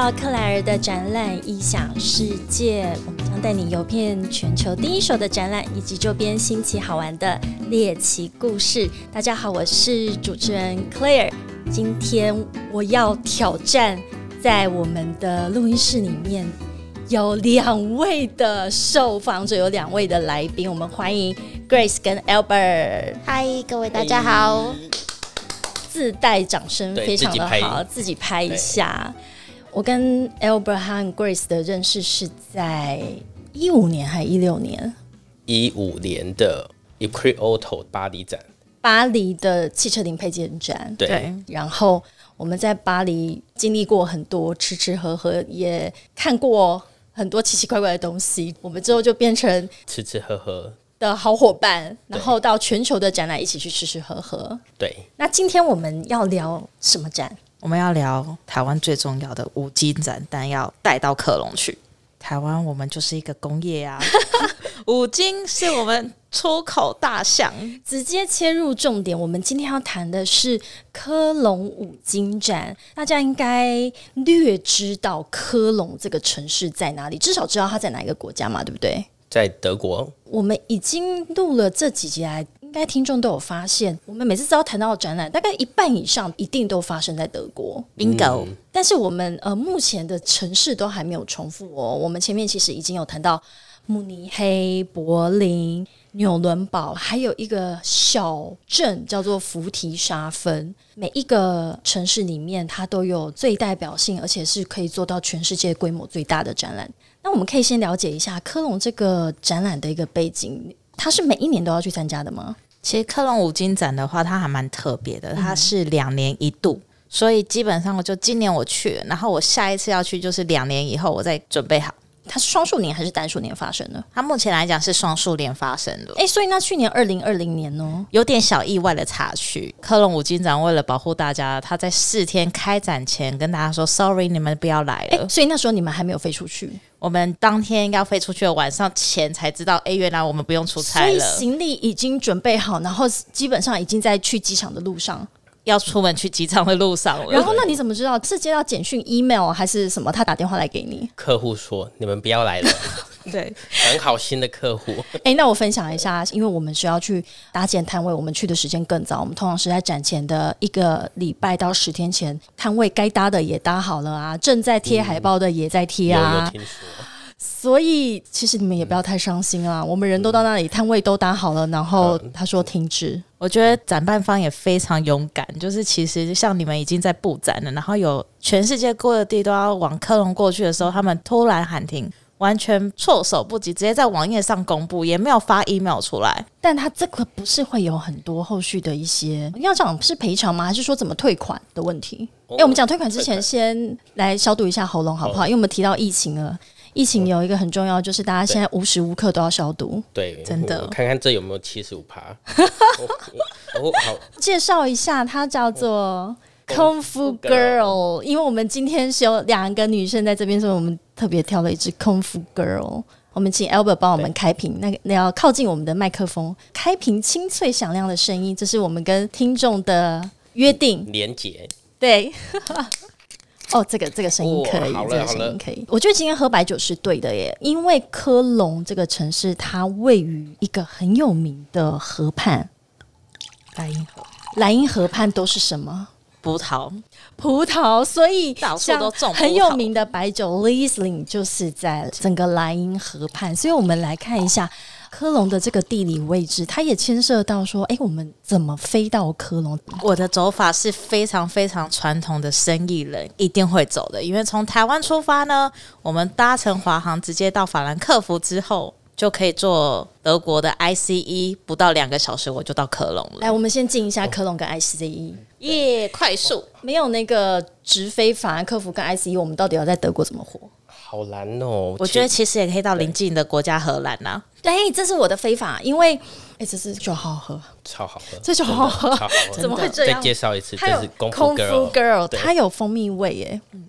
到克莱尔的展览异想世界，我们将带你游遍全球第一手的展览以及周边新奇好玩的猎奇故事。大家好，我是主持人 Claire， 今天我要挑战在我们的录音室里面有2位的受访者，有2位的来宾，我们欢迎 Grace 跟 Albert。 嗨，各位大家好。 自带掌声非常的好，自己拍一下。我跟 Albert 和 Grace 的认识是在15年还是16年 ？15年的 Ecrit Auto 巴黎展， 巴黎的汽车零配件展。 对， 然后我们在巴黎经历过很多吃吃喝喝，也看过很多奇奇怪怪的东西。我们之后就变成吃吃喝喝的好伙伴，然后到全球的展览一起去吃吃喝喝。 对， 那今天我们要聊什么展？ 我们要聊台湾最重要的五金展，但要带到科隆去。台湾我们就是一个工业啊，五金是我们出口大项。 直接切入重点，我们今天要谈的是科隆五金展。大家应该略知道科隆这个城市在哪里，至少知道它在哪一个国家嘛，对不对？ 在德国。 我们已经录了这几集来，应该听众都有发现，我们每次只要谈到展览，大概1半以上一定都发生在德国 Bingo、 但是我们目前的城市都还没有重复哦。我们前面其实已经有谈到慕尼黑、柏林、纽伦堡，还有一个小镇叫做弗提沙芬。每一个城市里面它都有最代表性，而且是可以做到全世界规模最大的展览。那我们可以先了解一下科隆这个展览的一个背景，它是每一年都要去参加的吗？ 其实科隆五金展的话，它还蛮特别的，它是2年一度，所以基本上我就今年我去了，然后我下一次要去就是2年以后我再准备好。 它是双数年还是单数年发生的？ 它目前来讲是双数年发生的。 所以那去年2020年呢， 有点小意外的插曲。科隆五金展为了保护大家，他在4天开展前跟大家说 sorry 你们不要来了。 所以那时候你们还没有飞出去？ 我们当天要飞出去的晚上前才知道，原来我们不用出差了。 所以行李已经准备好，然后基本上已经在去机场的路上， 要出门去机场的路上了。 然后那你怎么知道是接到简讯 email 还是什么他打电话来给你？ 客户说你们不要来了。 对， 很好心的客户。 那我分享一下，因为我们需要去搭建摊位，我们去的时间更早，我们通常是在展前的1个礼拜到10天前，摊位该搭的也搭好了啊，正在贴海报的也在贴啊。 有听说。 所以其实你们也不要太伤心啊，我们人都到那里，摊位都搭好了，然后他说停止。 我觉得展办方也非常勇敢，就是其实像你们已经在布展了，然后有全世界各地都要往科隆过去的时候，他们突然喊停，完全措手不及，直接在网页上公布，也没有发 email 出来。 但他这个不是会有很多后续的一些，要讲是赔偿吗？还是说怎么退款的问题？我们讲退款之前，先来消毒一下喉咙好不好？因为我们提到疫情了。疫情有一个很重要，就是大家现在无时无刻都要消毒。 对， 真的。 我看看这有没有75%。好， 介绍一下，它叫做 Kung Fu Girl， 因为我们今天是有2个女生在这边，所以我们特别挑了一支 Kung Fu Girl。我们请 Albert 帮我们开屏，那要靠近我们的麦克风，开屏清脆响亮的声音，这是我们跟听众的约定连结。 对。这个声音可以，这个声音可以。我觉得今天喝白酒是对的耶，因为科隆这个城市它位于一个很有名的河畔，莱茵河畔都是什么？ 葡萄， 所以到处都种葡萄。 很有名的白酒 Riesling 就是在整个莱茵河畔，所以我们来看一下科隆的这个地理位置，它也牵涉到说，我们怎么飞到科隆？ 我的走法是非常非常传统的生意人一定会走的，因为从台湾出发呢，我们搭乘华航直接到法兰克福之后，就可以坐德国的 ICE， 不到2个小时我就到科隆了。 来，我们先进一下科隆跟 ICE， 快速， 没有那个直飞法兰克福跟 ICE， 我们到底要在德国怎么活？ 好难哦！ 我觉得其实也可以到邻近的国家荷兰啊。 这是我的非法，因为这是酒好喝， 超好喝， 这酒好喝， 超好喝， 怎么会这样？ 再介绍一次， 它有这是功夫 girl， 它有蜂蜜味耶。 对，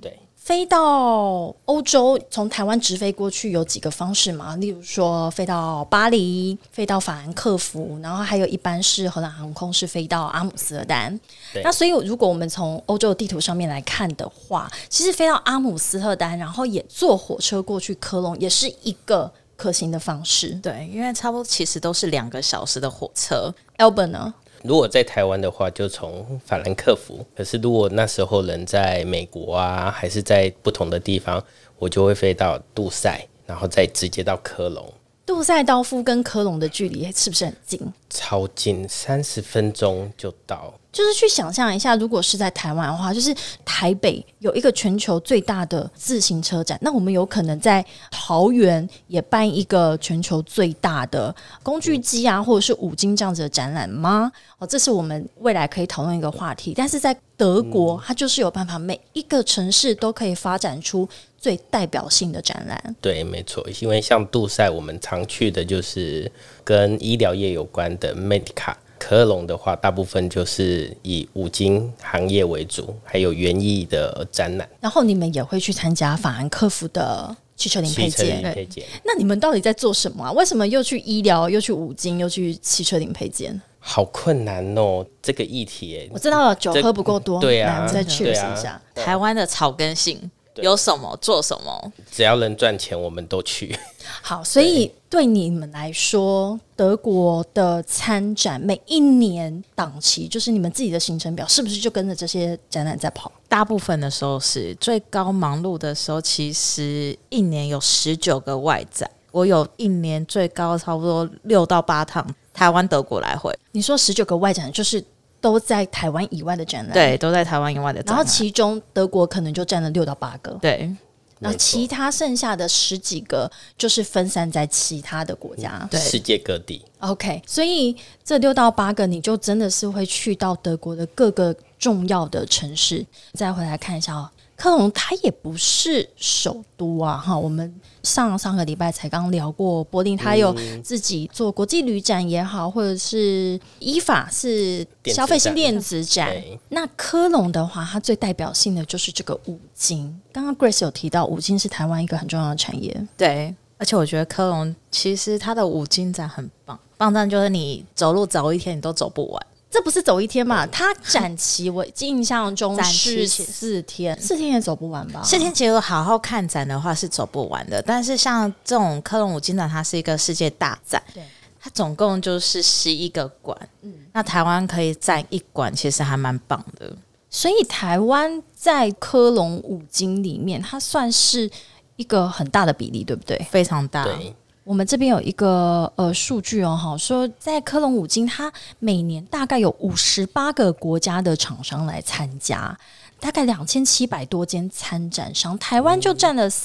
飞到欧洲，从台湾直飞过去有几个方式嘛？例如说飞到巴黎，飞到法兰克福，然后还有一般是荷兰航空是飞到阿姆斯特丹。那所以如果我们从欧洲的地图上面来看的话，其实飞到阿姆斯特丹，然后也坐火车过去科隆，也是一个可行的方式。 对，因为差不多其实都是2个小时的火车。 Albert 呢？ 如果在台湾的话，就从法兰克福。可是如果那时候人在美国啊，还是在不同的地方，我就会飞到杜塞，然后再直接到科隆。 杜塞道夫跟科隆的距离是不是很近？ 超近，30分钟就到。 就是去想象一下，如果是在台湾的话，就是台北有一个全球最大的自行车展，那我们有可能在桃园也办一个全球最大的工具机啊，或者是五金这样子的展览吗？这是我们未来可以讨论一个话题。但是在德国，它就是有办法，每一个城市都可以发展出最代表性的展览。 对，没错，因为像杜塞，我们常去的就是跟医疗业有关的 Medica。科隆的话，大部分就是以五金行业为主，还有园艺的展览。 然后你们也会去参加法兰克福的汽车零配件。那你们到底在做什么啊？为什么又去医疗，又去五金，又去汽车零配件？ 好困难哦，这个议题我知道了，酒喝不够多。 对啊， 来我们再确认一下， 台湾的草根性有什么做什么， 只要能赚钱，我们都去。 好，所以对你们来说，德国的参展每一年档期，就是你们自己的行程表，是不是就跟着这些展览在跑？ 大部分的时候是最高忙碌的时候，其实一年有19个外展，我有一年最高差不多6到8趟台湾德国来回。 你说19个外展，就是都在台湾以外的展览？ 对，都在台湾以外的展览。 然后其中德国可能就占了6到8个。 对。 然后其他剩下的10几个就是分散在其他的国家， 对， 世界各地。 OK， 所以这6到8个你就真的是会去到德国的各个重要的城市。再回来看一下科隆它也不是首都啊，我们上个礼拜才刚聊过柏林，它有自己做国际旅展也好，或者是依法是消费性电子展。那科隆的话，它最代表性的就是这个五金。刚刚 Grace 有提到五金是台湾一个很重要的产业， 对，而且我觉得科隆其实它的五金展很棒，棒在就是你走路走一天你都走不完。 这不是走一天嘛？它展期我印象中是4天，4天也走不完吧 ？4天其实好好看展的话是走不完的，但是像这种科隆五金展，它是一个世界大展，对，它总共就是11个馆，那台湾可以占1馆，其实还蛮棒的。 所以台湾在科隆五金里面，它算是一个很大的比例，对不对？ 非常大。 对， 我们这边有一个数据说在科隆五金，它每年大概有58个国家的厂商来参加，大概2700多间参展商，台湾就占了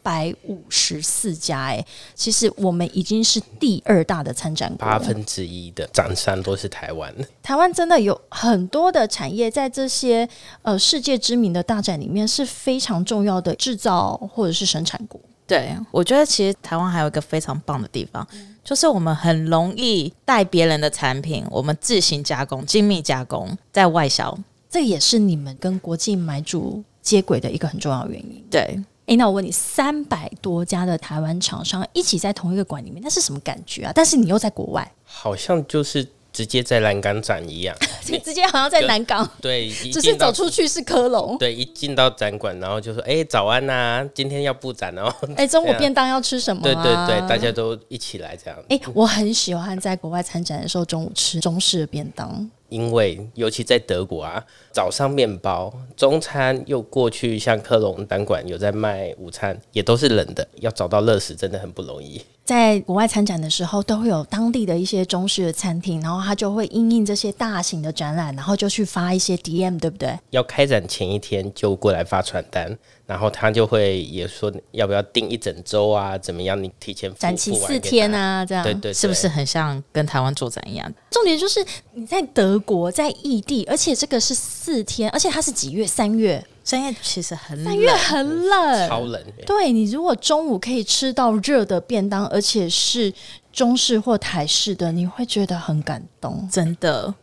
354家。其实我们已经是第2大的参展国了 1/8的展商都是台湾。 台湾真的有很多的产业在这些世界知名的大展里面是非常重要的制造或者是生产国。 对，我觉得其实台湾还有一个非常棒的地方，就是我们很容易带别人的产品，我们自行加工、精密加工，再外销。 这也是你们跟国际买主接轨的一个很重要的原因。 对， 那我问你300多家的台湾厂商一起在同一个馆里面，那是什么感觉啊？但是你又在国外， 好像就是直接在南港展一样， 直接好像在南港， 对， 只是走出去是科隆。 对，一进到展馆，然后就说：“早安啊，今天要布展哦。” 中午便当要吃什么？ 对对对，大家都一起来这样。 我很喜欢在国外参展的时候中午吃中式的便当。 因为尤其在德国啊，早上面包，中餐又过去像科隆展馆有在卖午餐，也都是冷的，要找到热食真的很不容易。 在国外参展的时候，都会有当地的一些中式的餐厅，然后他就会因应这些大型的展览，然后就去发一些 DM， 对不对？ 要开展前一天就过来发传单，然后他就会也说要不要订1整周啊，怎么样？你提前展期4天啊，这样对对对， 是不是很像跟台湾做展一样？ 重点就是你在德国，在异地，而且这个是4天，而且它是几月？3月。 3月其实很冷，3 月很冷， 超冷。 对，你如果中午可以吃到热的便当，而且是中式或台式的，你会觉得很感动。 真的，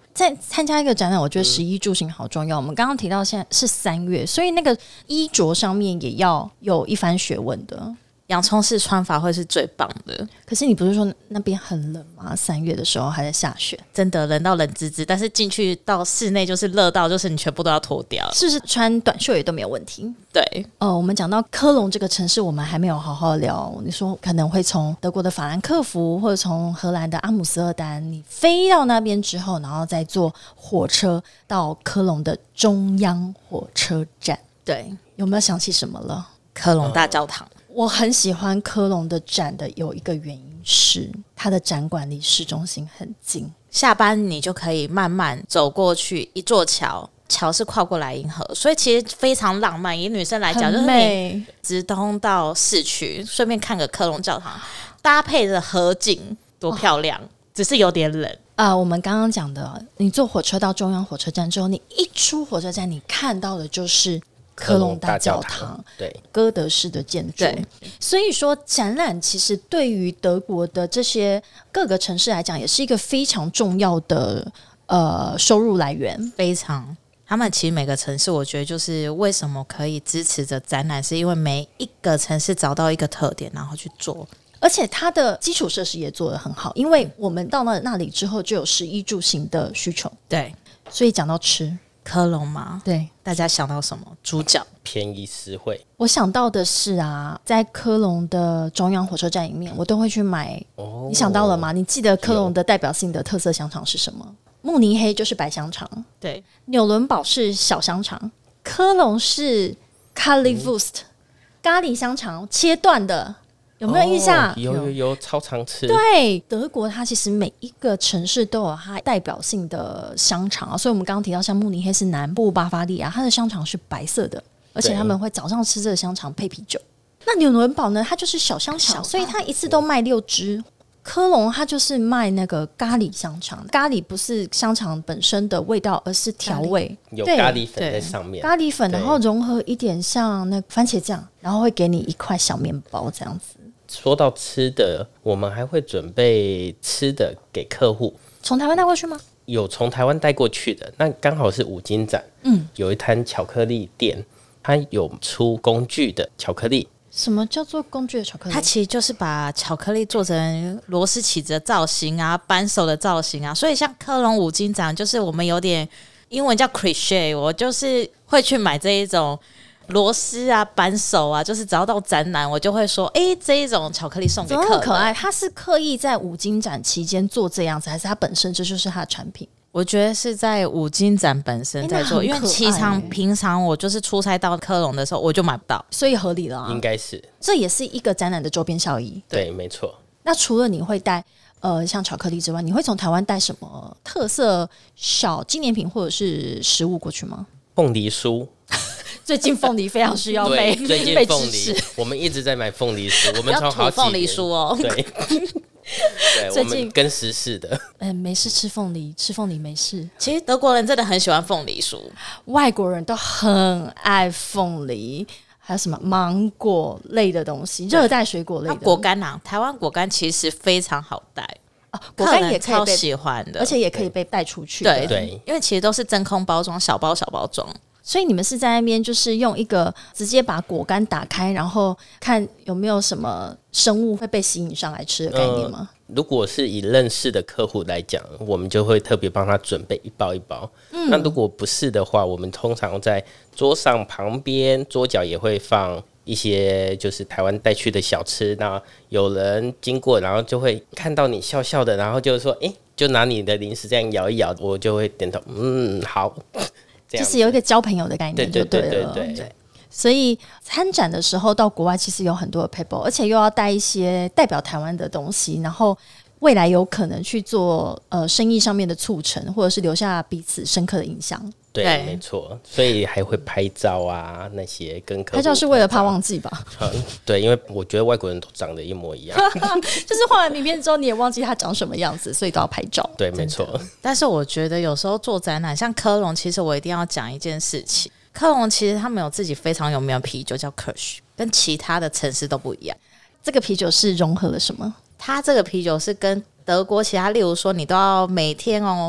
在参加一个展览，我觉得食衣住行好重要。我们刚刚提到现在是3月，所以那个衣着上面也要有一番学问的。 洋葱式穿法会是最棒的。 可是你不是说那边很冷吗？3月的时候还在下雪， 真的冷到冷滋滋，但是进去到室内就是热到，就是你全部都要脱掉， 是不是穿短袖也都没有问题？ 对， 我们讲到科隆这个城市，我们还没有好好聊。你说可能会从德国的法兰克福，或者从荷兰的阿姆斯特丹，你飞到那边之后，然后再坐火车到科隆的中央火车站。 对， 有没有想起什么了？ 科隆大教堂。 我很喜欢科隆的展的有一个原因是，它的展馆离市中心很近， 下班你就可以慢慢走过去一座桥，桥是跨过莱茵河，所以其实非常浪漫。以女生来讲， 很就是美你直通到市区，顺便看个科隆教堂，搭配着河景，多漂亮！只是有点冷。 我们刚刚讲的，你坐火车到中央火车站之后，你一出火车站，你看到的就是科隆大教堂， 对， 哥德式的建筑。 对， 所以说展览其实对于德国的这些各个城市来讲，也是一个非常重要的收入来源。 非常，他们其实每个城市，我觉得就是为什么可以支持着展览，是因为每一个城市找到一个特点，然后去做。 而且它的基础设施也做得很好，因为我们到那里之后就有食衣住行的需求。 对， 所以讲到吃， 科隆嘛， 对， 大家想到什么？猪脚。 便宜实惠。 我想到的是啊，在科隆的中央火车站里面，我都会去买。你想到了吗？你记得科隆的代表性的特色香肠是什么？慕尼黑就是白香肠， 对， 纽伦堡是小香肠，科隆是 Currywurst、咖喱香肠，切断的。有没有印象？ 有，超常吃。 对，德国它其实每一个城市都有它代表性的香肠啊，所以我们刚刚提到像慕尼黑是南部巴伐利亚，它的香肠是白色的，而且他们会早上吃这个香肠配啤酒。那纽伦堡呢，它就是小香肠，所以它一次都卖6只。科隆它就是卖那个咖喱香肠，咖喱不是香肠本身的味道，而是调味， 有咖喱粉在上面， 咖喱粉，然后融合一点像那个番茄酱，然后会给你一块小面包这样子。 说到吃的，我们还会准备吃的给客户。 从台湾带过去吗？ 有从台湾带过去的，那刚好是五金展，有一摊巧克力店，它有出工具的巧克力。 什么叫做工具的巧克力？ 它其实就是把巧克力做成螺丝起子的造型啊，扳手的造型啊，所以像科隆五金展，就是我们有点英文叫 crochet， 我就是会去买这一种螺丝啊、扳手啊，就是只要到展览，我就会说，这一种巧克力送给客人。 怎么那么可爱？它是刻意在五金展期间做这样子，还是它本身这就是它的产品？ 我觉得是在五金展本身在做，因为平常我就是出差到科隆的时候，我就买不到， 所以合理了啊。 应该是， 这也是一个展览的周边效益。 对，没错。 那除了你会带像巧克力之外，你会从台湾带什么特色小纪念品或者是食物过去吗？ 凤梨酥。 最近凤梨非常需要被最近凤梨，我们一直在买凤梨酥，我们从好几年凤梨酥哦， 对，对，我们跟时事的， 没事吃凤梨，吃凤梨没事。 其实德国人真的很喜欢凤梨酥， 外国人都很爱凤梨，还有什么芒果类的东西，热带水果类的果干啊，台湾果干其实非常好带。 果干也可以超喜欢的， 而且也可以被带出去的。 对， 因为其实都是真空包装，小包装。 所以你们是在那边就是用一个直接把果干打开，然后看有没有什么生物会被吸引上来吃的概念吗？ 如果是以认识的客户来讲，我们就会特别帮他准备一包一包。那如果不是的话，我们通常在桌上旁边桌角也会放一些就是台湾带去的小吃。那有人经过，然后就会看到你笑笑的，然后就说：“就拿你的零食这样摇一摇。”我就会点头，好。 就是有一个交朋友的概念就对了。 对。 所以参展的时候到国外其实有很多的 paper， 而且又要带一些代表台湾的东西，然后未来有可能去做生意上面的促成，或者是留下彼此深刻的印象。 对，没错，所以还会拍照啊，那些跟客户拍照是为了怕忘记吧？ 对，因为我觉得外国人都长得一模一样， 就是画完名片之后你也忘记他长什么样子，所以都要拍照。 对，没错。 但是我觉得有时候做展览，像科隆，其实我一定要讲一件事情。科隆其实他们有自己非常有名的啤酒叫 Kirsch， 跟其他的城市都不一样。 这个啤酒是融合了什么？ 它这个啤酒是跟德国其他，例如说你都要每天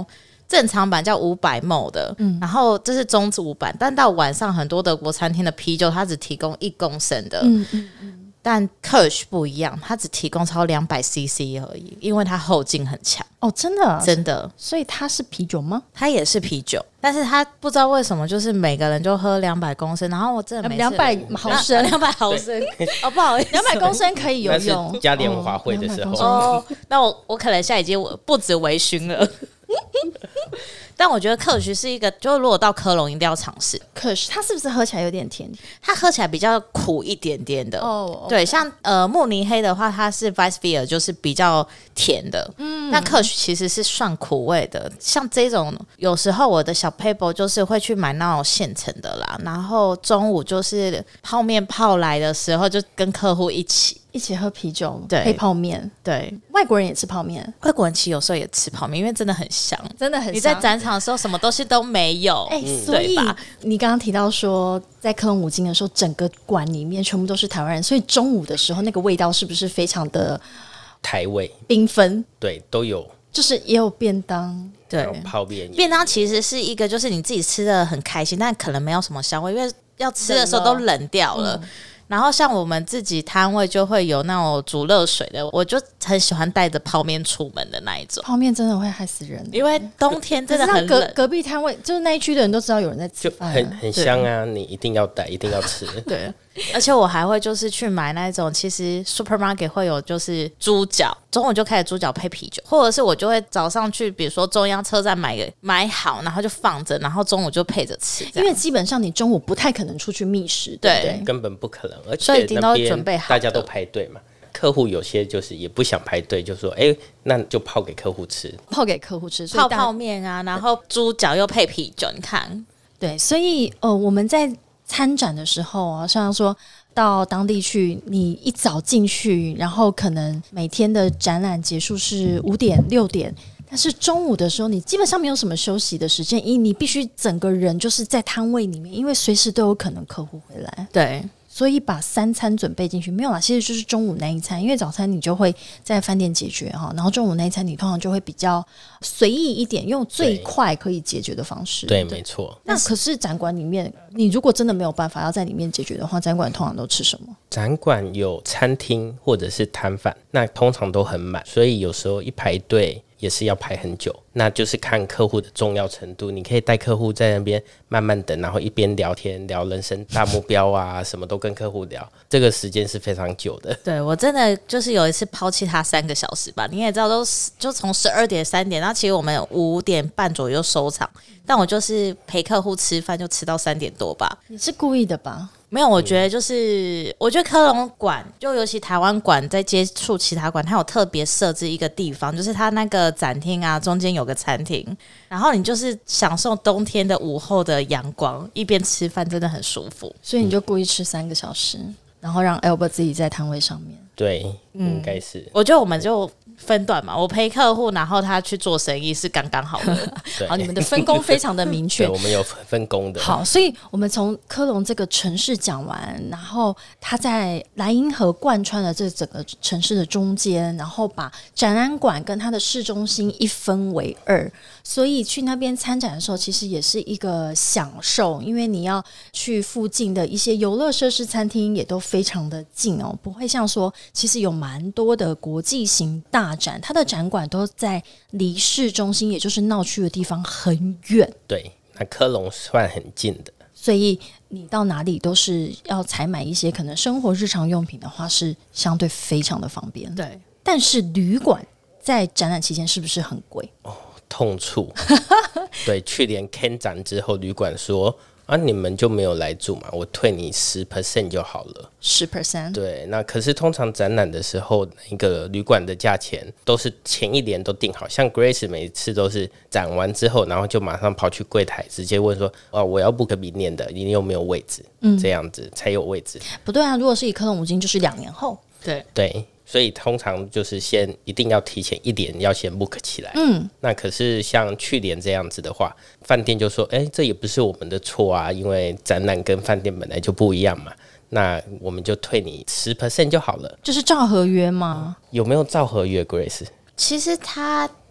正常版叫500ml 的，然后这是中午版，但到晚上很多德国餐厅的啤酒它只提供1公升的，但 Kirsch 不一样，它只提供超200cc 而已，因为它后劲很强。 哦，真的真的， 所以它是啤酒吗？ 它也是啤酒，但是它不知道为什么就是每个人就喝200公升，然后我真的每次 200毫升 200毫升哦，不好意思 ，200公升可以游那泳是。嘉年华会的时候， 哦，那我可能现在已经不止微醺了。但我觉得克许是一个，就如果到科隆一定要尝试。 可是它是不是喝起来有点甜？ 它喝起来比较苦一点点的哦， 对，像慕尼黑的话，它是 Weissbier 就是比较甜的，那克许其实是算苦味的。像这种有时候我的小 paper 就是会去买那种现成的啦，然后中午就是泡面泡来的时候，就跟客户一起喝啤酒， 对， 配泡面。 对， 外国人也吃泡面， 外国人其实有时候也吃泡面，因为真的很香， 真的很香。 你在展场的时候什么东西都没有， 所以你刚刚提到说，在科隆五金的时候，整个馆里面全部都是台湾人，所以中午的时候那个味道是不是非常的台味缤纷？ 对，都有， 就是也有便当。 对， 泡面便当其实是一个，就是你自己吃的很开心，但可能没有什么香味，因为要吃的时候都冷掉了。然后像我们自己摊位就会有那种煮热水的，我就很喜欢带着泡面出门的那一种。 泡面真的会害死人， 因为冬天真的很冷。 隔壁摊位就是那一区的人都知道有人在吃饭， 就很香啊！你一定要带，一定要吃。 对，而且我还会就是去买那种，其实 supermarket 会有就是猪脚，中午就开始猪脚配啤酒，或者是我就会早上去，比如说中央车站买好，然后就放着，然后中午就配着吃。 因为基本上你中午不太可能出去觅食，对不对？ 根本不可能，而所以一且定都准备好， 大家都排队嘛。客户有些就是也不想排队，就说那就泡给客户吃， 泡给客户吃， 泡泡面啊，然后猪脚又配啤酒，你看， 对，所以我们在参展的时候啊，像说到当地去，你一早进去，然后可能每天的展览结束是5点6点。但是中午的时候，你基本上没有什么休息的时间，因为你必须整个人就是在摊位里面，因为随时都有可能客户回来。 对， 所以把3餐准备进去没有啦，其实就是中午那一餐，因为早餐你就会在饭店解决哈，然后中午那一餐你通常就会比较随意一点，用最快可以解决的方式。 对，没错。 那可是展馆里面，你如果真的没有办法要在里面解决的话，展馆通常都吃什么？ 展馆有餐厅或者是摊贩，那通常都很满，所以有时候一排队也是要排很久，那就是看客户的重要程度。你可以带客户在那边慢慢等，然后一边聊天，聊人生大目标啊，什么都跟客户聊。这个时间是非常久的。 对，我真的就是有一次抛弃他3个小时吧。你也知道，就从12点3点，然后其实我们5点半左右收场，但我就是陪客户吃饭，就吃到3点多吧。 你是故意的吧？ 没有，我觉得就是我觉得科隆馆，就尤其台湾馆在接触其他馆，它有特别设置一个地方，就是它那个展厅啊，中间有个餐厅，然后你就是享受冬天的午后的阳光，一边吃饭真的很舒服。 所以你就故意吃3个小时，然后让 Albert 自己在摊位上面。 对，应该是。 我觉得我们就分段嘛，我陪客户，然后他去做生意是刚刚好的。 好，你们的分工非常的明确。 对，我们有分工的。 好，所以我们从科隆这个城市讲完，然后它在莱茵河贯穿了这整个城市的中间，然后把展览馆跟它的市中心一分为2，所以去那边参展的时候，其实也是一个享受，因为你要去附近的一些游乐设施、餐厅也都非常的近哦，不会像说其实有蛮多的国际型大展，它的展馆都在离市中心，也就是闹区的地方很远。 对，那科隆算很近的， 所以你到哪里都是要采买一些可能生活日常用品的话，是相对非常的方便。 对， 但是旅馆在展览期间是不是很贵？ 痛处。对，去年 Can 展之后，旅馆说你们就没有来住嘛，我退你10% 就好了。 10%？ 对，那可是通常展览的时候，那个旅馆的价钱都是前一年都定好，像 Grace 每次都是展完之后，然后就马上跑去柜台直接问说，我要 book 明年的，你有没有位置？这样子才有位置。 不对啊，如果是以科隆五金，就是2年后。 对，所以通常就是一定要提前1年要先 book 起来。那可是像去年这样子的话，饭店就说，这也不是我们的错啊，因为展览跟饭店本来就不一样嘛，那我们就退你10% 就好了。 就是照合约吗？ 有没有照合约 Grace？ 其实他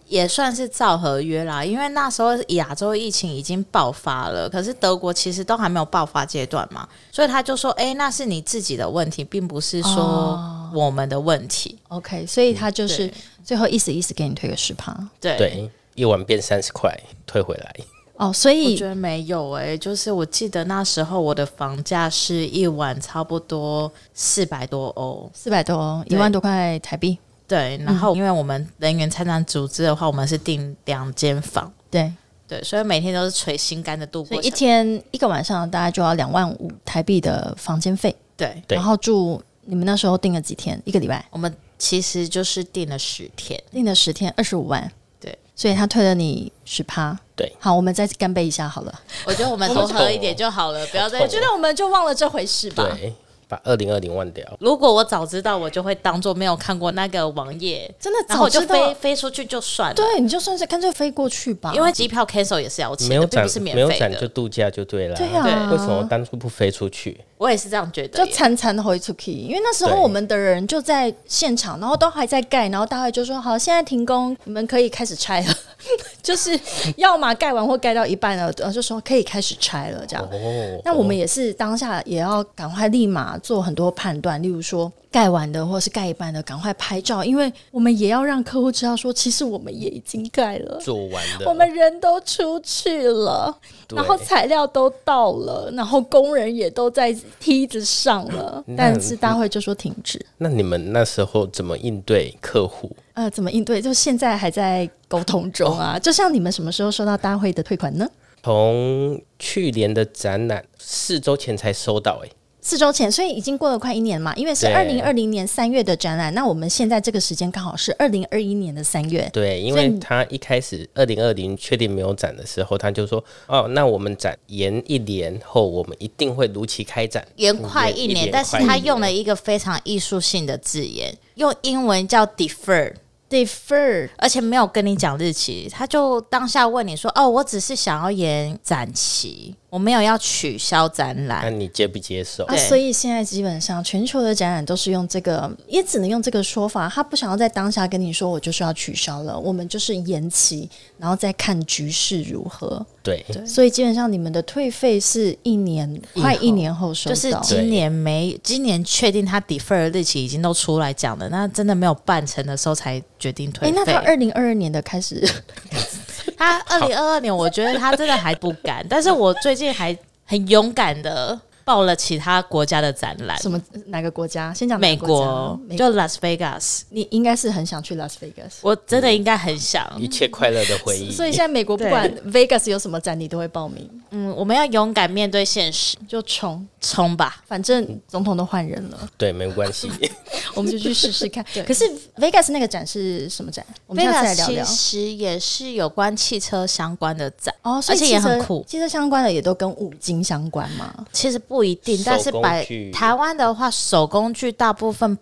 也算是照合约啦，因为那时候亚洲疫情已经爆发了，可是德国其实都还没有爆发阶段嘛，所以他就说那是你自己的问题，并不是说我们的问题。 OK， 所以他就是最后意思给你退个10%。 对，一碗变30块退回来。 所以我觉得没有就是我记得那时候我的房价是一碗差不多400多欧 ，400多欧，1万多块台币。 对，然后因为我们人员参展组织的话，我们是订2间房， 对， 所以每天都是捶心肝的度过。 所以一天一个晚上大概就要2万5台币的房间费。 对， 然后住你们那时候订了几天？1个礼拜？ 我们其实就是订了10天， 订了10天，25万。 对， 所以他退了你10%。 对， 好，我们再干杯一下好了。 我觉得我们多喝一点就好了，不要再。 我觉得我们就忘了这回事吧。 对，把2020忘掉。 如果我早知道，我就会当做没有看过那个网页， 真的然后我就早知道飞出去就算了。 对，你就算是干脆飞过去吧， 因为机票 cancel 也是要钱的，并不是免费的。 没有展就度假就对了。 对啊， 为什么当初不飞出去？ 我也是这样觉得， 就惨惨的回出去。因为那时候我们的人就在现场，然后都还在盖，然后大会就说好，现在停工，你们可以开始拆了。就是要么盖完或盖到一半了，就说可以开始拆了这样。那我们也是当下也要赶快立马做很多判断，例如说盖完的或是盖一半的赶快拍照，因为我们也要让客户知道说其实我们也已经盖了， 做完了， 我们人都出去了，然后材料都到了，然后工人也都在梯子上了，但是大会就说停止。 那你们那时候怎么应对客户？ 怎么应对？就现在还在沟通中啊。就像你们什么时候收到大会的退款呢？ 从去年的展览4周前才收到 4周前，所以已经过了快1年嘛，因为是2020年3月的展览，那我们现在这个时间刚好是2021年的3月。 对，因为他一开始2020确定没有展的时候，他就说那我们展延1年后，我们一定会如期开展， 延快1年，但是他用了一个非常艺术性的字眼，用英文叫 defer，而且没有跟你讲日期，他就当下问你说我只是想要延展期，我没有要取消展览， 那你接不接受？ 所以现在基本上全球的展览都是用这个，也只能用这个说法，他不想要在当下跟你说我就是要取消了，我们就是延期，然后再看局势如何。 对， 所以基本上你们的退费是快1年后收到， 就是今年确定他 defer 的日期已经都出来讲了，那真的没有办成的时候才决定退费。 那他2022年的开始他2022年我觉得他真的还不敢，但是我最近还很勇敢的报了其他国家的展览。 哪个国家？先讲美国，就 Las Vegas。 你应该是很想去 Las Vegas， 我真的应该很想， 一切快乐的回忆。 所以现在美国不管 Vegas 有什么展，你都会报名。 我们要勇敢面对现实， 就冲吧， 反正总统都换人了。 对，没关系， 我们就去试试看。可是 Vegas 那个展是什么展？我们下次来聊聊。 其实也是有关汽车相关的展所以而且也很酷。 汽车相关的也都跟五金相关吗？ 其实不一定，但是台湾的话，手工具大部分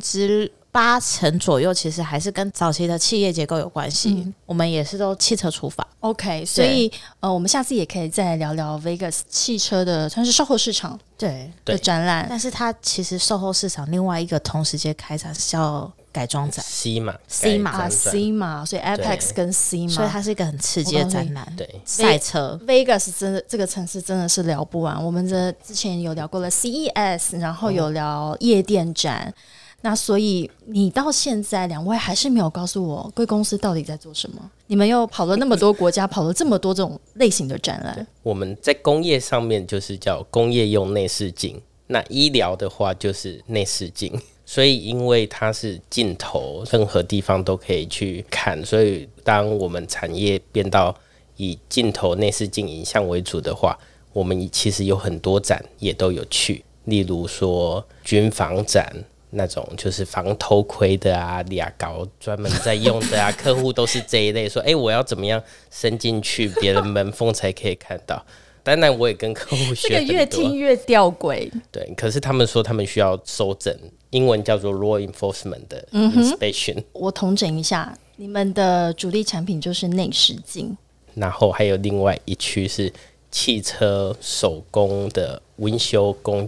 80%左右，其实还是跟早期的企业结构有关系。我们也是都汽车出发。 OK， 所以我们下次也可以再来聊聊 Vegas 汽车的算是售后市场的展览。 但是它其实售后市场另外一个同时间开展是叫改装展 C 码， 所以 Apex 跟 C 码， 所以它是一个很刺激的展览。 对， 赛车 Vegas 真的这个城市真的是聊不完。我们之前有聊过了 CES， 然后有聊夜店展。那所以你到现在2位还是没有告诉我贵公司到底在做什么？你们又跑了那么多国家，跑了这么多这种类型的展览。 我们在工业上面就是叫工业用内视镜，那医疗的话就是内视镜。所以因为它是镜头，任何地方都可以去看，所以当我们产业变到以镜头内视镜影像为主的话，我们其实有很多展也都有去，例如说军防展，那种就是防偷窥的啊，俩搞专门在用的啊，客户都是这一类，说我要怎么样伸进去别人门缝才可以看到。当然我也跟客户学很多， 这个越听越吊诡。 对，可是他们说他们需要收整，英文叫做 law enforcement 的 inspection。 我统整一下，你们的主力产品就是内视镜， 然后还有另外一区是汽车手工的维修工具。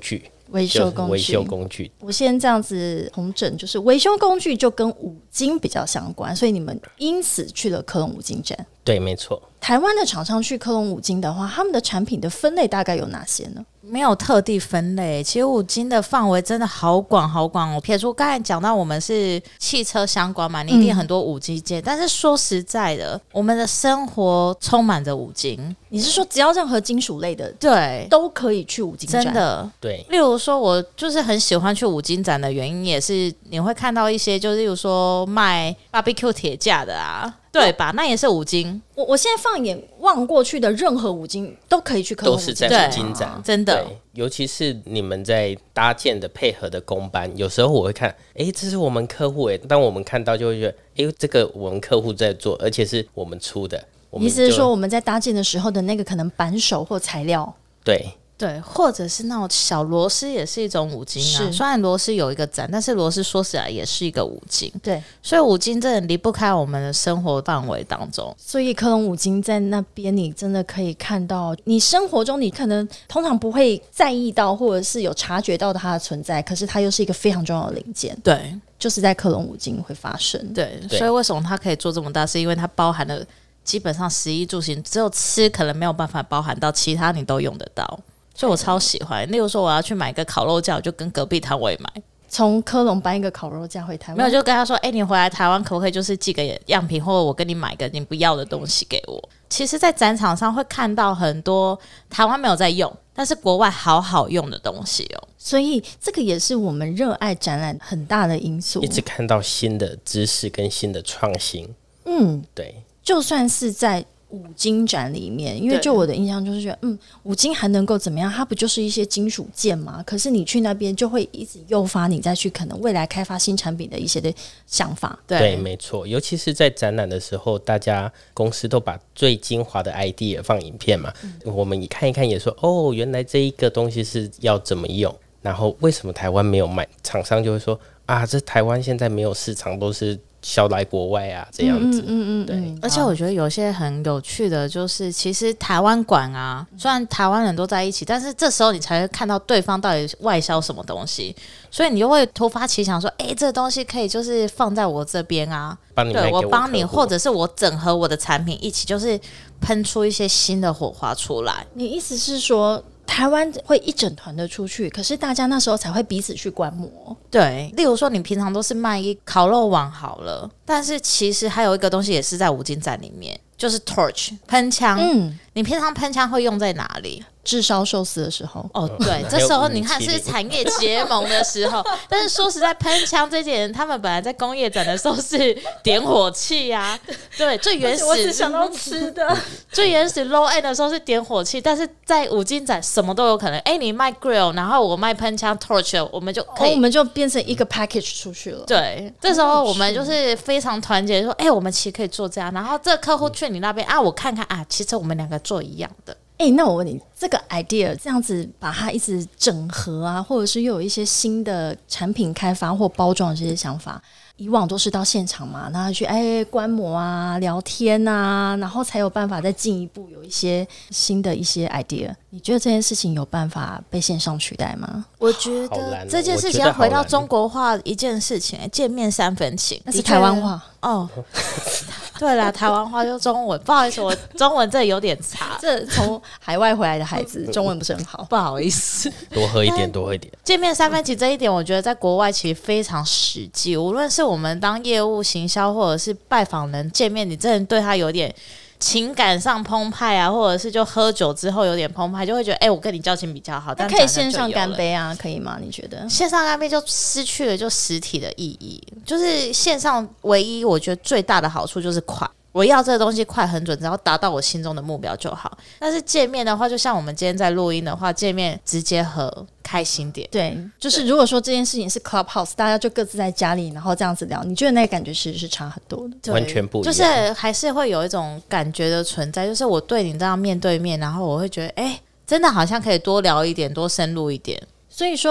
维修工具， 维修工具。 我先这样子统整，就是维修工具就跟五金比较相关，所以你们因此去了科隆五金展。 对，没错。 台湾的厂商去科隆五金的话，他们的产品的分类大概有哪些呢？ 没有特地分类，其实五金的范围真的好广好广哦。撇除刚才讲到我们是汽车相关嘛，你一定很多五金件，但是说实在的，我们的生活充满着五金。 你是说只要任何金属类的， 对， 都可以去五金展？ 真的， 对。 例如说，我就是很喜欢去五金展的原因，也是你会看到一些，就是例如说卖 barbecue 铁架的啊。对吧？那也是五金。 我现在放眼望过去的任何五金都可以去科隆五金， 都是在五金展， 真的。 尤其是你们在搭建的配合的工班，有时候我会看，这是我们客户当我们看到就会觉得，这个我们客户在做，而且是我们出的。 意思是说我们在搭建的时候的那个可能扳手或材料， 对，或者是那种小螺丝也是一种五金啊。虽然螺丝有一个展，但是螺丝说实在也是一个五金。 对， 所以五金真的离不开我们的生活范围当中。 所以科隆五金在那边，你真的可以看到，你生活中你可能通常不会在意到，或者是有察觉到它的存在，可是它又是一个非常重要的零件。 对， 就是在科隆五金会发生。 对，所以为什么它可以做这么大，是因为它包含了基本上食衣住行，只有吃可能没有办法包含到，其他你都用得到。所以我超喜欢，例如说我要去买个烤肉架，我就跟隔壁摊位买， 从科隆搬一个烤肉架回台湾， 没有就跟他说，你回来台湾可不可以就是寄个样品，或者我跟你买个你不要的东西给我。其实在展场上会看到很多台湾没有在用，但是国外好好用的东西哦。 所以这个也是我们热爱展览很大的因素， 一直看到新的知识跟新的创新。对， 就算是在五金展里面，因为就我的印象就是觉得，五金还能够怎么样？它不就是一些金属件吗？可是你去那边就会一直诱发你再去可能未来开发新产品的一些的想法。 对，没错。尤其是在展览的时候，大家公司都把最精华的 idea 放影片嘛，我们一看一看也说，原来这一个东西是要怎么用，然后为什么台湾没有卖？厂商就会说这台湾现在没有市场，都是销来国外啊，这样子。对。 而且我觉得有些很有趣的，就是其实台湾馆啊，虽然台湾人都在一起，但是这时候你才会看到对方到底外销什么东西，所以你就会突发奇想说，这个东西可以就是放在我这边啊，对，我帮你，或者是我整合我的产品一起，就是喷出一些新的火花出来。 你意思是说？台湾会一整团的出去，可是大家那时候才会彼此去观摩。 对，例如说你平常都是卖一烤肉网好了，但是其实还有一个东西也是在五金展里面，就是 torch 喷枪。你平常喷枪会用在哪里？ 炙烧寿司的时候。 对，这时候你看是产业结盟的时候，但是说实在，喷枪这点他们本来在工业展的时候是点火器啊，对，最原始。 我只想到吃的， 最原始 low end 的时候是点火器，但是在五金展什么都有可能。你卖 grill， 然后我卖喷枪 torch， 我们就可以， 我们就变成一个 package 出去了。 对，这时候我们就是非常团结，说，我们其实可以做这样。然后这客户去你那边我看看其实我们两个做一样的。 那我问你，这个 idea 这样子把它一直整合啊，或者是又有一些新的产品开发或包装的这些想法，以往都是到现场嘛，然后去观摩啊、聊天啊，然后才有办法再进一步有一些新的一些 idea。你觉得这件事情有办法被线上取代吗？ 我觉得这件事情要回到中国化一件事情，见面3分情， 那是台湾话对啦，台湾话就中文，不好意思，我中文这有点差。 这从海外回来的孩子，中文不是很好， 不好意思。 多喝一点，多喝一点。 见面3分情这一点，我觉得在国外其实非常实际。无论是我们当业务行销，或者是拜访人见面，你真的对他有点情感上澎湃啊，或者是就喝酒之后有点澎湃，就会觉得我跟你交情比较好。但可以线上干杯啊，可以吗？你觉得线上干杯就失去了就实体的意义？就是线上唯一我觉得最大的好处就是快。我要这个东西快很准，只要达到我心中的目标就好。但是见面的话，就像我们今天在录音的话，见面直接和开心点。 对，就是如果说这件事情是 Clubhouse， 大家就各自在家里，然后这样子聊，你觉得那个感觉其实是差很多的， 完全不一样。 就是还是会有一种感觉的存在，就是我对你这样面对面，然后我会觉得，真的好像可以多聊一点，多深入一点。 所以说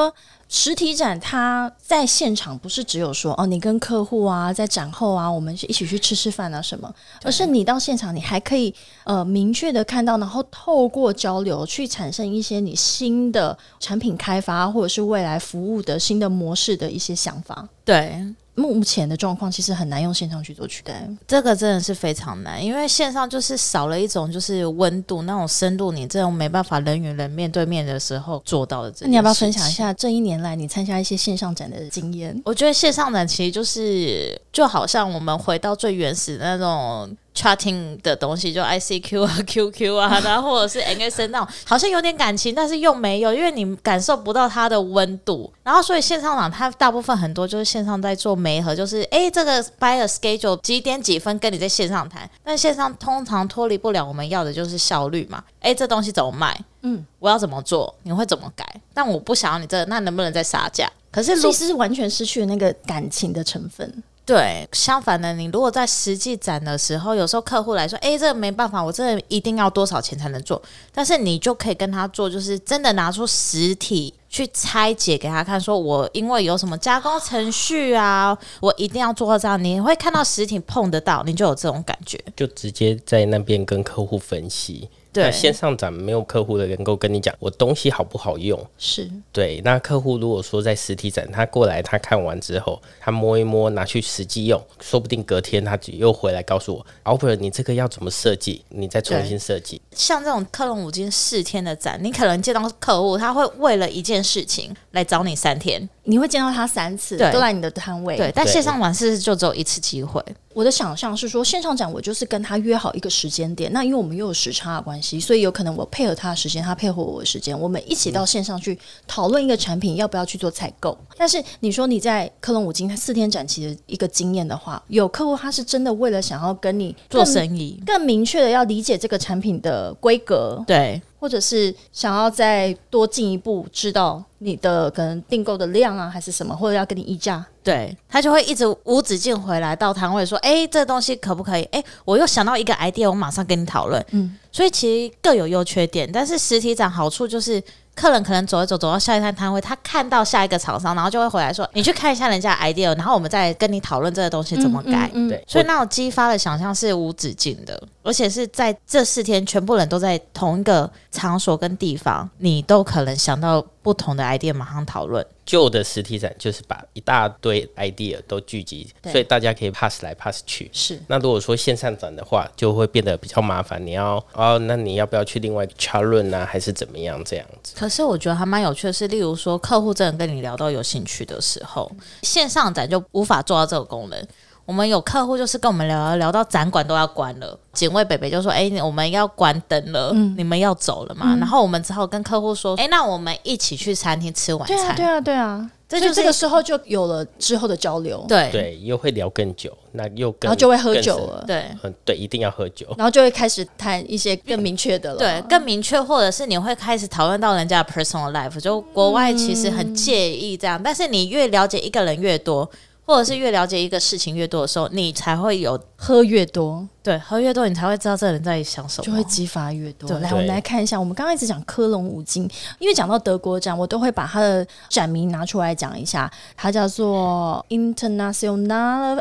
实体展它在现场不是只有说哦，你跟客户啊在展后啊，我们一起去吃饭啊什么，而是你到现场你还可以明确的看到，然后透过交流去产生一些你新的产品开发或者是未来服务的新的模式的一些想法。 对， 目前的状况其实很难用线上去做取代， 这个真的是非常难，因为线上就是少了一种就是温度那种深度，你这种没办法人与人面对面的时候做到的这件事情。 那你要不要分享一下这一年来你参加一些线上展的经验？ 我觉得线上展其实就是就好像我们回到最原始的那种chatting 的东西，就 ICQ 啊 QQ 啊，然后或者是 MSN 那种好像有点感情但是又没有，因为你感受不到它的温度，然后所以线上展它大部分很多就是线上在做媒合，就是这个 by a schedule 几点几分跟你在线上谈，但线上通常脱离不了我们要的就是效率嘛，这东西怎么卖，我要怎么做，你会怎么改，但我不想要你这个，那能不能再杀价？可是其实是完全失去了那个感情的成分。 对，相反的，你如果在实际展的时候，有时候客户来说，这个没办法，我真的一定要多少钱才能做，但是你就可以跟他做，就是真的拿出实体去拆解给他看，说我因为有什么加工程序啊，我一定要做到这样，你会看到实体碰得到，你就有这种感觉， 就直接在那边跟客户分析。那线上展没有客户的能够跟你讲我东西好不好用， 是对。那客户如果说在实体展，他过来他看完之后，他摸一摸拿去实际用，说不定隔天他又回来告诉我 Albert 你这个要怎么设计，你再重新设计。 像这种科隆5金4天的展，你可能见到客户他会为了一件事情来找你3天， 你会见到他3次，都来你的摊位。 对，但线上展是就只有1次机会。 我的想象是说，线上展我就是跟他约好一个时间点，那因为我们又有时差的关系，所以有可能我配合他的时间，他配合我的时间，我们一起到线上去讨论一个产品要不要去做采购。但是你说你在科隆5金他4天展期的一个经验的话，有客户他是真的为了想要跟你做生意， 更明确的要理解这个产品的规格， 对， 或者是想要再多进一步知道你的可能订购的量啊，还是什么，或者要跟你议价， 对，他就会一直无止境回来到摊位说，这东西可不可以？我又想到一个 idea， 我马上跟你讨论。所以其实各有优缺点，但是实体展好处就是客人可能走一走，走到下一摊摊位，他看到下一个厂商，然后就会回来说，你去看一下人家的 idea， 然后我们再跟你讨论这个东西怎么改。 对， 所以那种激发的想象是无止境的，而且是在这4天全部人都在同一个场所跟地方，你都可能想到不同的 idea 马上讨论。 旧的实体展就是把一大堆 idea 都聚集，所以大家可以 pass 来 pass 去。 是。 那如果说线上展的话，就会变得比较麻烦。你要那你要不要去另外一个 chat room 啊，还是怎么样这样子？ 可是我觉得还蛮有趣的是，例如说客户真的跟你聊到有兴趣的时候，线上展就无法做到这个功能。我们有客户就是跟我们聊到展馆都要关了，警卫北北就说我们要关灯了，你们要走了嘛，然后我们只好跟客户说那我们一起去餐厅吃晚餐。 对啊， 这就是这个时候就有了之后的交流。 对，又会聊更久，那又更然后就会喝酒了。 对， 一定要喝酒， 然后就会开始谈一些更明确的了。 对，更明确，或者是你会开始讨论到人家的 personal life， 就国外其实很介意这样，但是你越了解一个人越多，或者是越了解一个事情越多的时候，你才会有喝越多， 对，喝越多，你才会知道这个人在想什么， 就会激发越多。来，我们来看一下，我们刚刚一直讲科隆5金，因为讲到德国展，我都会把它的展名拿出来讲一下，它叫做 International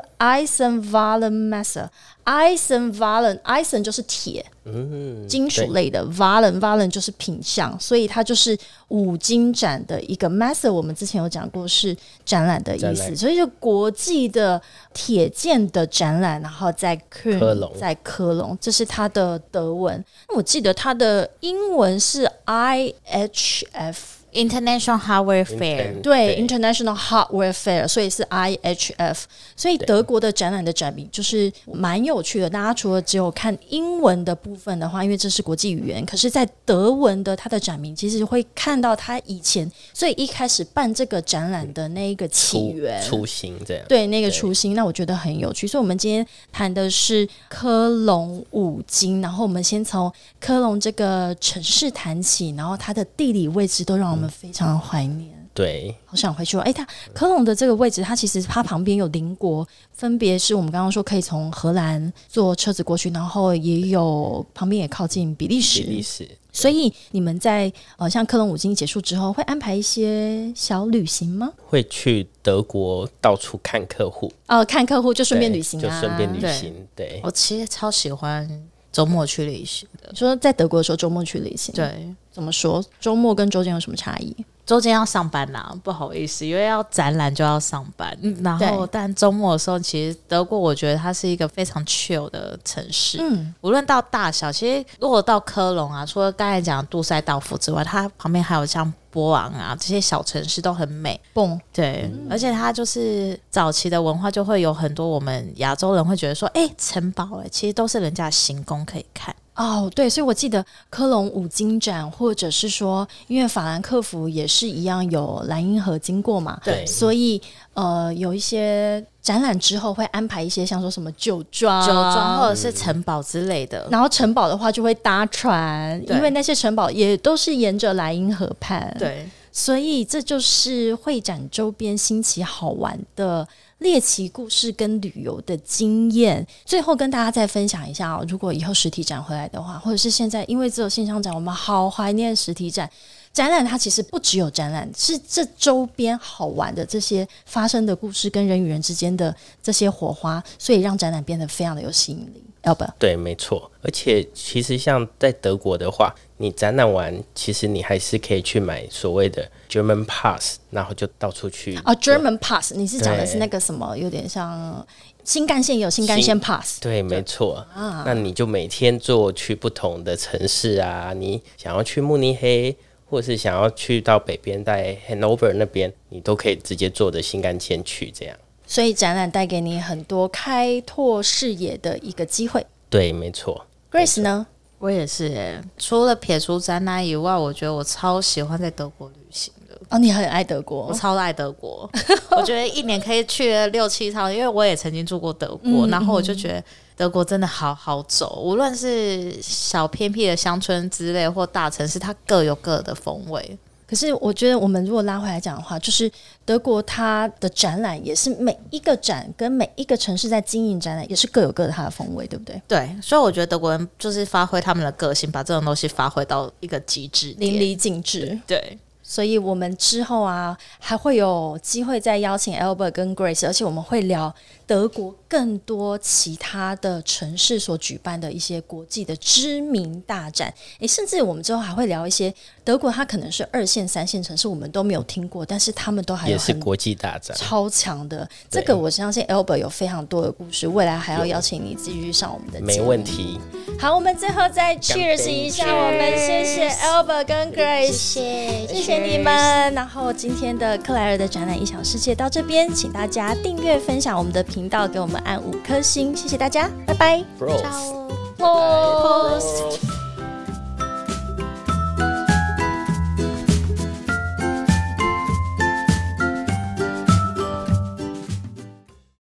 Eisenwarenmesse。Eisenwaren 就是铁，金属类的 Waren 就是品相，所以它就是5金展的一个 Messe。我们之前有讲过是展览的意思，所以就国际的铁件的展览，然后在科隆，这是它的德文。我记得它的英文是 IHF。International Hardware Fair， 对 International Hardware Fair， 所以是 IHF。 所以德国的展览的展名就是蛮有趣的，大家除了只有看英文的部分的话，因为这是国际语言，可是在德文的它的展名其实会看到它以前所以一开始办这个展览的那个起源初心这样， 对，那个初心，那我觉得很有趣。所以我们今天谈的是科隆5金，然后我们先从科隆这个城市谈起，然后它的地理位置都让我们非常怀念。 对， 好想回去哦。它科隆的这个位置，它其实它旁边有邻国，分别是我们刚刚说可以从荷兰坐车子过去，然后也有旁边也靠近比利时。所以你们在像科隆五金结束之后，会安排一些小旅行吗？ 会去德国到处看客户看客户就顺便旅行就顺便旅行。对， 我其实超喜欢周末去旅行的。 你说在德国的时候周末去旅行， 对， 怎么说？周末跟周间有什么差异？ 周间要上班啦，不好意思，因为要展览就要上班。然后，但周末的时候，其实德国我觉得它是一个非常 chill 的城市。无论到大小，其实如果到科隆啊，除了刚才讲的杜塞道夫之外，它旁边还有像波昂啊这些小城市都很美。对，而且它就是早期的文化就会有很多我们亚洲人会觉得说，城堡其实都是人家的行宫可以看。 对，所以我记得科隆五金展，或者是说，因为法兰克福也是一样有莱茵河经过嘛， 对， 所以有一些展览之后会安排一些像说什么酒庄或者是城堡之类的， 然后城堡的话就会搭船，因为那些城堡也都是沿着莱茵河畔， 对， 所以这就是会展周边新奇好玩的猎奇故事跟旅游的经验。最后跟大家再分享一下如果以后实体展回来的话，或者是现在因为只有线上展，我们好怀念实体展。展览它其实不只有展览，是这周边好玩的这些发生的故事跟人与人之间的这些火花，所以让展览变得非常的有吸引力。Albert， 对，没错。而且其实像在德国的话，你展览完，其实你还是可以去买所谓的 German Pass， 然后就到处去。 German Pass， 你是讲的是那个什么，有点像新干线也有新干线 Pass。 对，没错。那你就每天坐去不同的城市啊，你想要去慕尼黑，或者是想要去到北边在 Hanover 那边，你都可以直接坐着新干线去这样。 所以展览带给你很多开拓视野的一个机会。 对，没错。 Grace 呢？ 我也是除了撇除展览以外，我觉得我超喜欢在德国旅行的。 你很爱德国？ 我超爱德国。我觉得一年可以去6-7趟，因为我也曾经住过德国，然后我就觉得德国真的好好走，无论是小偏僻的乡村之类或大城市，它各有各的风味。 可是我觉得我们如果拉回来讲的话，就是德国它的展览也是每一个展跟每一个城市在经营展览也是各有各的它的风味，对不对？ 对，所以我觉得德国人就是发挥他们的个性，把这种东西发挥到一个极致， 淋漓尽致。 对， 所以我们之后还会有机会再邀请 Albert 跟 Grace， 而且我们会聊德国更多其他的城市所举办的一些国际的知名大展，甚至我们之后还会聊一些德国它可能是2线3线城市我们都没有听过，但是他们都还有也是国际大展超强的。这个我相信 Albert 有非常多的故事，未来还要邀请你继续上我们的节目。 没问题。 好，我们最后再 cheers 一下，我们谢谢 Albert 跟 Grace， 谢谢你们。然后今天的克莱尔的展览异想世界到这边，请大家订阅分享我们的频道，给我们按5颗星，谢谢大家，拜拜。 Bros。